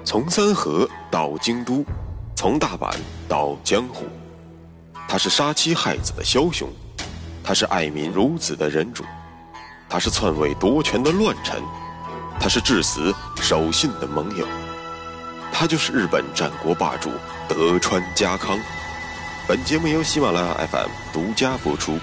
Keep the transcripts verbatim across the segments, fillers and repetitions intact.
从三河到京都，从大阪到江湖，他是杀妻害子的枭雄，他是爱民如子的仁主，他是篡位夺权的乱臣，他是至死守信的盟友，他就是日本战国霸主德川家康。本节目由喜马拉雅 F M 独家播出。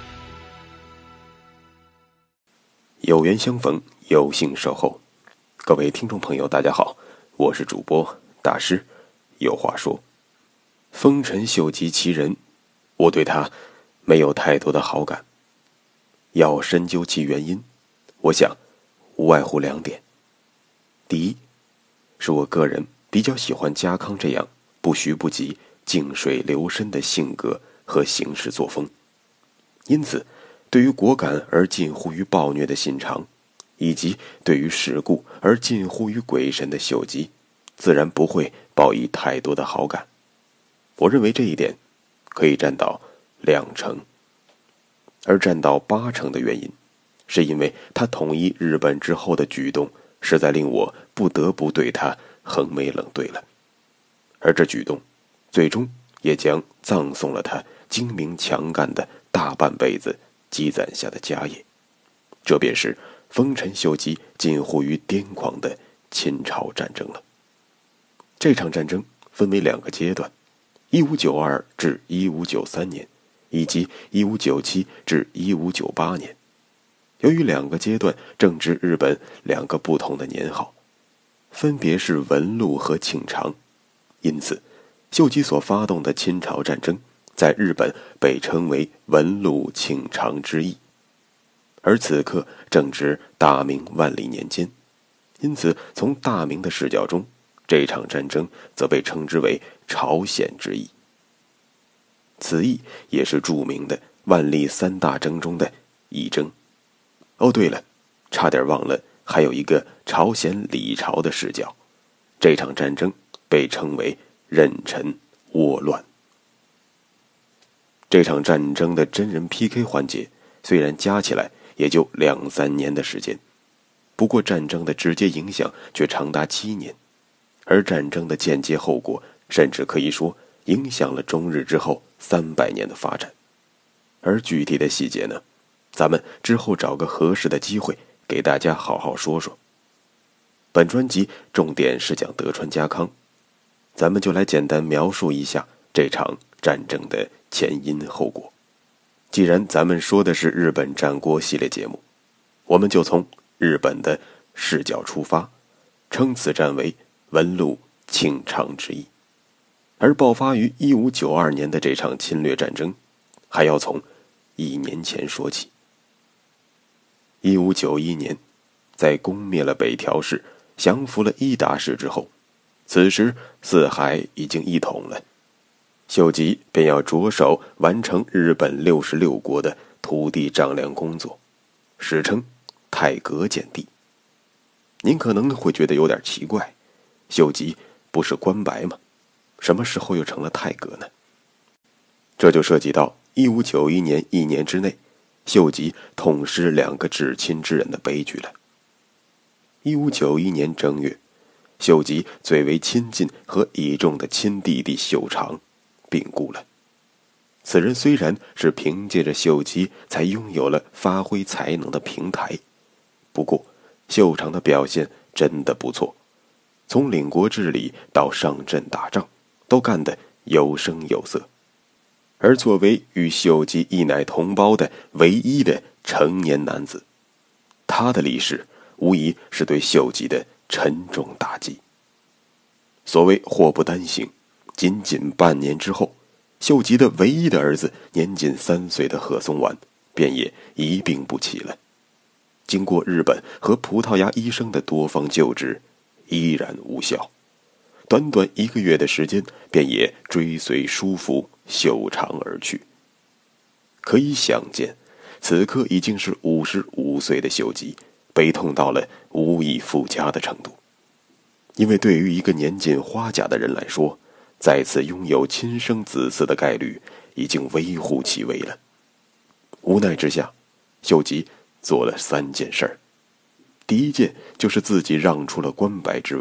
有缘相逢，有幸守候。各位听众朋友大家好，我是主播大师，有话说。丰臣秀吉其人，我对他没有太多的好感。要深究其原因，我想无外乎两点。第一，是我个人比较喜欢家康这样不徐不急、静水流深的性格和行事作风，因此对于果敢而近乎于暴虐的信长，以及对于世故而近乎于鬼神的秀吉，自然不会抱以太多的好感。我认为这一点可以占到两成，而占到八成的原因，是因为他统一日本之后的举动，实在令我不得不对他横眉冷对了。而这举动，最终也将葬送了他精明强干的大半辈子积攒下的家业。这便是丰臣秀吉近乎于癫狂的侵朝战争了。这场战争分为两个阶段，一五九二至一五九三年，以及一五九七至一五九八年。由于两个阶段正值日本两个不同的年号，分别是文禄和庆长，因此秀吉所发动的侵朝战争在日本被称为文禄庆长之役。而此刻正值大明万历年间，因此从大明的视角中，这场战争则被称之为朝鲜之役。此役也是著名的万历三大征中的一征。哦对了，差点忘了还有一个朝鲜李朝的视角。这场战争被称为壬辰倭乱。这场战争的真人 P K 环节虽然加起来也就两三年的时间，不过战争的直接影响却长达七年，而战争的间接后果甚至可以说影响了中日之后三百年的发展。而具体的细节呢，咱们之后找个合适的机会给大家好好说说。本专辑重点是讲德川家康，咱们就来简单描述一下这场战争的前因后果。既然咱们说的是日本战国系列节目，我们就从日本的视角出发，称此战为文禄庆长之役。而爆发于一五九二年的这场侵略战争，还要从一年前说起。一五九一年，在攻灭了北条氏，降服了伊达氏之后，此时四海已经一统了，秀吉便要着手完成日本六十六国的土地丈量工作，史称太阁建地。您可能会觉得有点奇怪，秀吉不是关白吗？什么时候又成了太阁呢？这就涉及到一五九一年一年之内，秀吉痛失两个至亲之人的悲剧了。一五九一年正月，秀吉最为亲近和倚重的亲弟弟秀长病故了。此人虽然是凭借着秀吉才拥有了发挥才能的平台，不过秀长的表现真的不错，从领国治理到上阵打仗都干得有声有色。而作为与秀吉一奶同胞的唯一的成年男子，他的离世无疑是对秀吉的沉重打击。所谓祸不单行，仅仅半年之后，秀吉的唯一的儿子年仅三岁的贺松丸便也一病不起了。经过日本和葡萄牙医生的多方救治，依然无效，短短一个月的时间便也追随叔父秀长而去。可以想见，此刻已经是五十五岁的秀吉悲痛到了无以复加的程度。因为对于一个年近花甲的人来说，再次拥有亲生子嗣的概率已经微乎其微了。无奈之下，秀吉做了三件事儿。第一件就是自己让出了关白之位，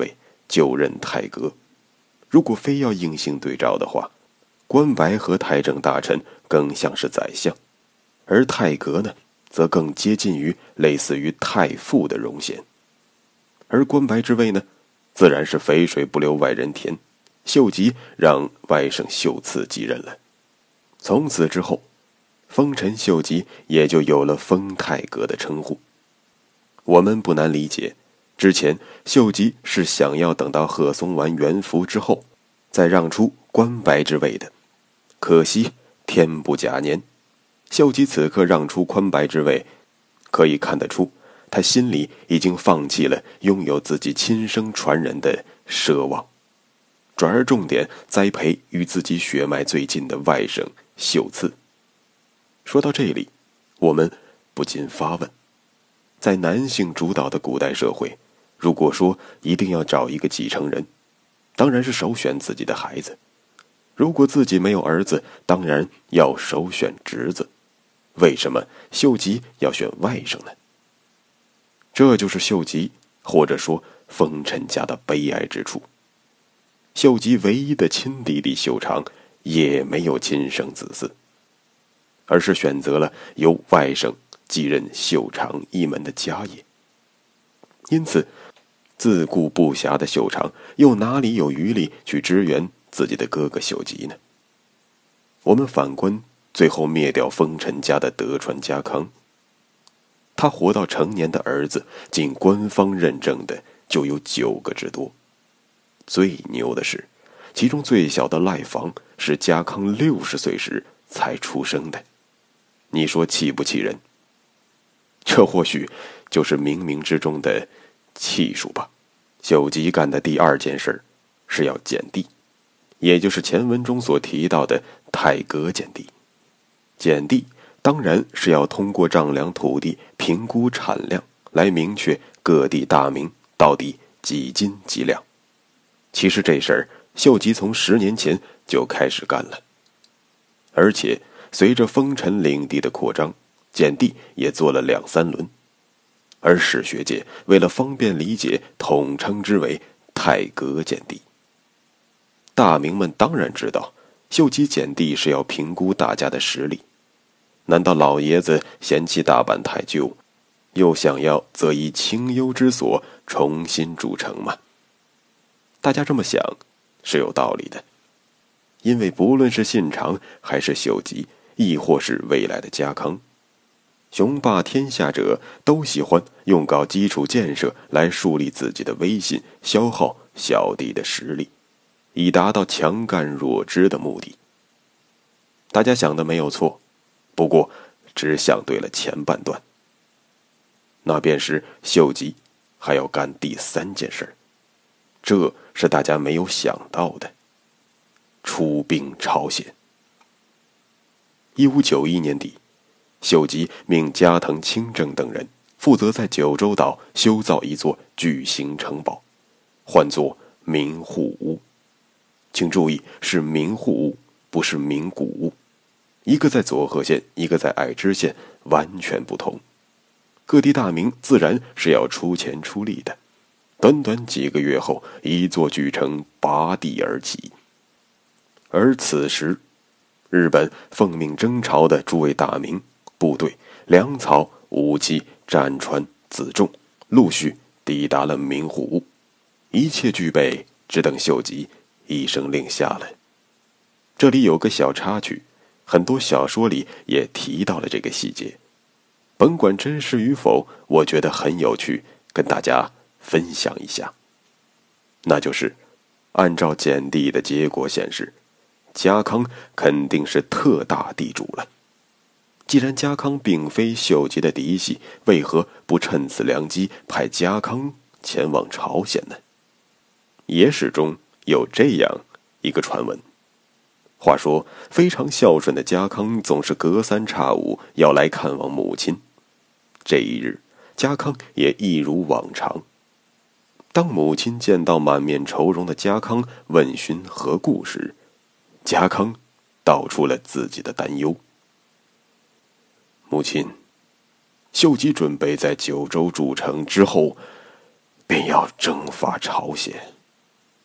就任太阁。如果非要硬性对照的话，关白和太政大臣更像是宰相，而太阁呢，则更接近于类似于太傅的荣衔。而关白之位呢，自然是肥水不流外人田，秀吉让外甥秀次继任了。从此之后，丰臣秀吉也就有了丰太阁的称呼。我们不难理解，之前秀吉是想要等到贺松丸元服之后，再让出关白之位的。可惜天不假年，秀吉此刻让出关白之位，可以看得出他心里已经放弃了拥有自己亲生传人的奢望，转而重点栽培与自己血脉最近的外甥秀次。说到这里，我们不禁发问，在男性主导的古代社会，如果说一定要找一个继承人，当然是首选自己的孩子。如果自己没有儿子，当然要首选侄子。为什么秀吉要选外甥呢？这就是秀吉，或者说丰臣家的悲哀之处。秀吉唯一的亲弟弟秀长也没有亲生子嗣，而是选择了由外甥继任秀长一门的家业。因此自顾不暇的秀长又哪里有余力去支援自己的哥哥秀吉呢？我们反观最后灭掉丰臣家的德川家康，他活到成年的儿子仅官方认证的就有九个之多。最牛的是，其中最小的赖房是家康六十岁时才出生的。你说气不气人？这或许就是冥冥之中的气数吧。秀吉干的第二件事是要减地，也就是前文中所提到的太阁减地。减地当然是要通过丈量土地、评估产量来明确各地大名到底几斤几两。其实这事儿秀吉从十年前就开始干了，而且随着丰臣领地的扩张，减地也做了两三轮，而史学界为了方便理解，统称之为太阁减地。大名们当然知道，秀吉减地是要评估大家的实力。难道老爷子嫌弃大阪太旧，又想要择一清幽之所重新筑城吗？大家这么想是有道理的，因为不论是信长还是秀吉，亦或是未来的家康，雄霸天下者都喜欢用搞基础建设来树立自己的威信，消耗小弟的实力，以达到强干弱枝的目的。大家想的没有错，不过只想对了前半段。那便是秀吉还要干第三件事，这是大家没有想到的：出兵朝鲜。一五九一年底，秀吉命加藤清正等人负责在九州岛修造一座巨型城堡，唤作明户屋。请注意，是明户屋，不是名古屋。一个在佐贺县，一个在爱知县，完全不同。各地大名自然是要出钱出力的。短短几个月后，一座巨城拔地而起。而此时，日本奉命征朝的诸位大名、部队、粮草、武器、战船、辎重陆续抵达了明户屋，一切具备，只等秀吉一声令下了。这里有个小插曲，很多小说里也提到了这个细节，甭管真实与否，我觉得很有趣，跟大家分享一下。那就是按照减地的结果显示，家康肯定是特大地主了。既然家康并非秀吉的嫡系，为何不趁此良机派家康前往朝鲜呢？野史中有这样一个传闻，话说非常孝顺的家康总是隔三差五要来看望母亲。这一日，家康也一如往常。当母亲见到满面愁容的家康，问询何故时，家康道出了自己的担忧。母亲，秀吉准备在九州筑城之后，便要征伐朝鲜。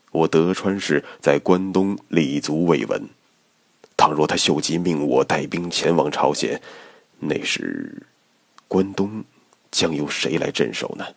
我德川氏在关东立足未稳，倘若他秀吉命我带兵前往朝鲜，那时关东将由谁来镇守呢？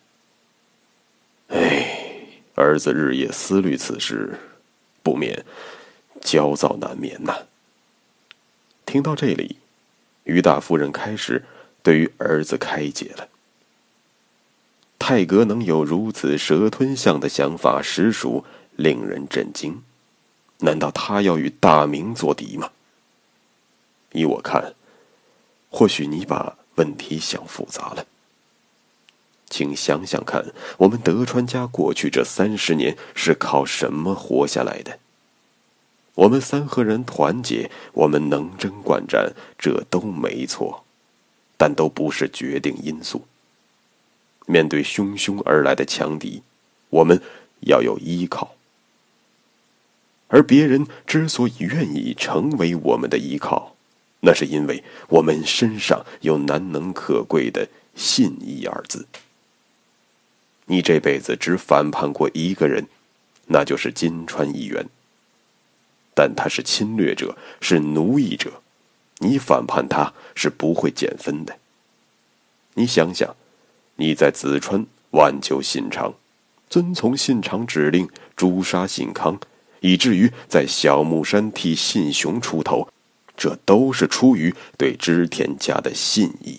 哎，儿子日夜思虑此事，不免焦躁难眠呐。听到这里，于大夫人开始对于儿子开解了。太阁能有如此蛇吞象的想法，实属令人震惊。难道他要与大明作敌吗？依我看，或许你把问题想复杂了。请想想看，我们德川家过去这三十年是靠什么活下来的？我们三河人团结，我们能征惯战，这都没错，但都不是决定因素。面对汹汹而来的强敌，我们要有依靠。而别人之所以愿意成为我们的依靠，那是因为我们身上有难能可贵的信义二字。你这辈子只反叛过一个人，那就是金川议员。但他是侵略者，是奴役者，你反叛他是不会减分的。你想想，你在淄川挽救信长，遵从信长指令诛杀信康，以至于在小木山替信雄出头，这都是出于对织田家的信义。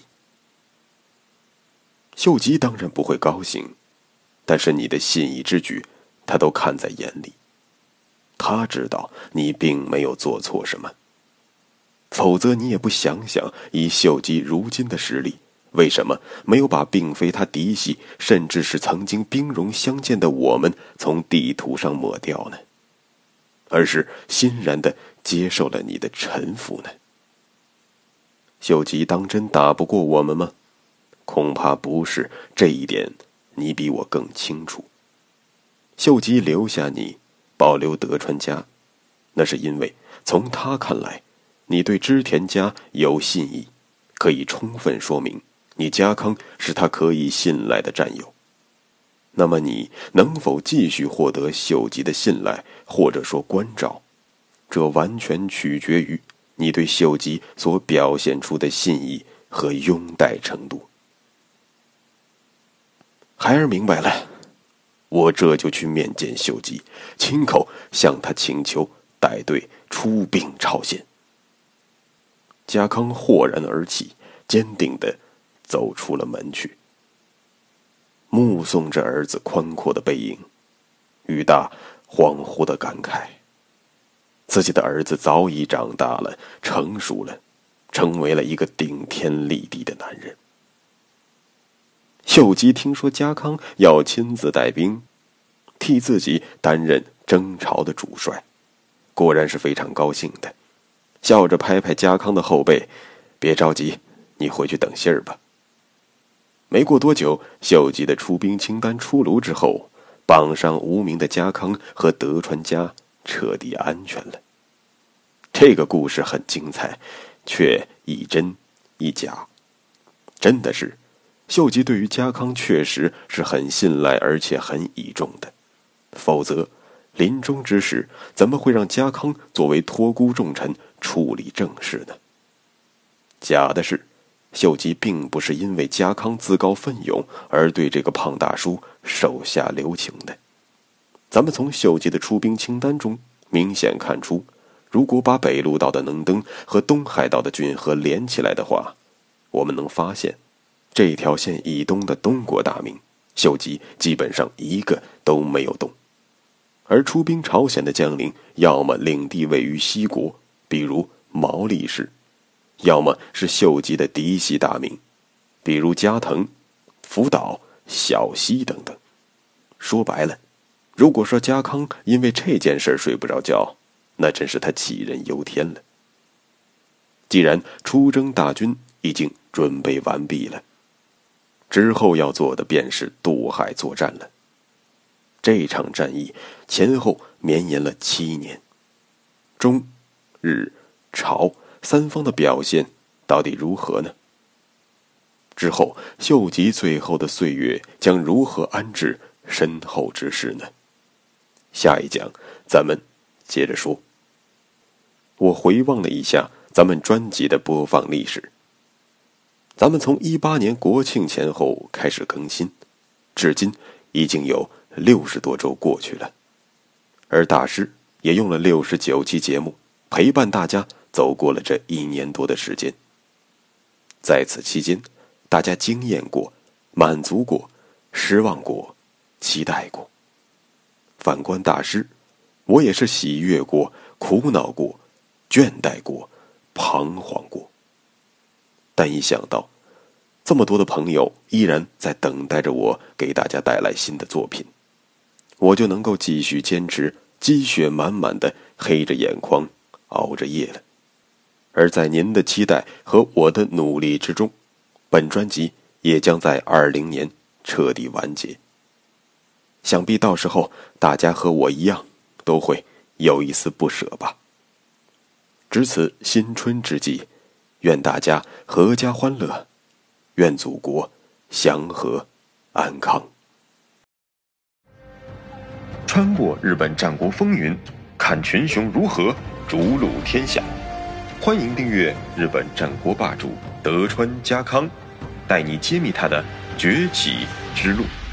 秀吉当然不会高兴，但是你的信义之举，他都看在眼里。他知道你并没有做错什么，否则你也不想想，以秀吉如今的实力，为什么没有把并非他嫡系，甚至是曾经兵戎相见的我们从地图上抹掉呢？而是欣然地接受了你的臣服呢？秀吉当真打不过我们吗？恐怕不是，这一点你比我更清楚。秀吉留下你，保留德川家，那是因为从他看来，你对织田家有信义，可以充分说明你家康是他可以信赖的战友。那么你能否继续获得秀吉的信赖，或者说关照，这完全取决于你对秀吉所表现出的信义和拥戴程度。孩儿明白了，我这就去面见秀吉，亲口向他请求带队出兵朝鲜。家康豁然而起，坚定地走出了门去。目送着儿子宽阔的背影，于大恍惚地感慨，自己的儿子早已长大了，成熟了，成为了一个顶天立地的男人。秀吉听说家康要亲自带兵，替自己担任征朝的主帅，果然是非常高兴的，笑着拍拍家康的后背，别着急，你回去等信儿吧。没过多久，秀吉的出兵清单出炉之后，榜上无名的家康和德川家彻底安全了。这个故事很精彩，却一真一假。真的是，秀吉对于家康确实是很信赖，而且很倚重的。否则，临终之时，怎么会让家康作为托孤重臣处理政事呢？假的是，秀吉并不是因为家康自告奋勇而对这个胖大叔手下留情的。咱们从秀吉的出兵清单中明显看出，如果把北陆道的能登和东海道的骏河连起来的话，我们能发现，这条线以东的东国大名，秀吉基本上一个都没有动。而出兵朝鲜的将领，要么领地位于西国，比如毛利氏，要么是秀吉的嫡系大名，比如加藤、福岛、小西等等。说白了，如果说家康因为这件事睡不着觉，那真是他杞人忧天了。既然出征大军已经准备完毕了，之后要做的便是渡海作战了。这场战役前后绵延了七年，中、日、朝三方的表现到底如何呢？之后秀吉最后的岁月将如何安置身后之事呢？ 下一讲咱们接着说。我回望了一下咱们专辑的播放历史，咱们从一八年国庆前后开始更新，至今已经有六十多周过去了，而大师也用了六十九期节目陪伴大家走过了这一年多的时间。在此期间，大家惊艳过，满足过，失望过，期待过。反观大师，我也是喜悦过，苦恼过，倦怠过，彷徨过。但一想到这么多的朋友依然在等待着我给大家带来新的作品，我就能够继续坚持，积雪满满的黑着眼眶熬着夜了。而在您的期待和我的努力之中，本专辑也将在二零年彻底完结。想必到时候大家和我一样都会有一丝不舍吧。值此新春之际，愿大家阖家欢乐，愿祖国祥和安康。 穿过日本战国风云，看群雄如何逐鹿天下。欢迎订阅日本战国霸主德川家康，带你揭秘他的崛起之路。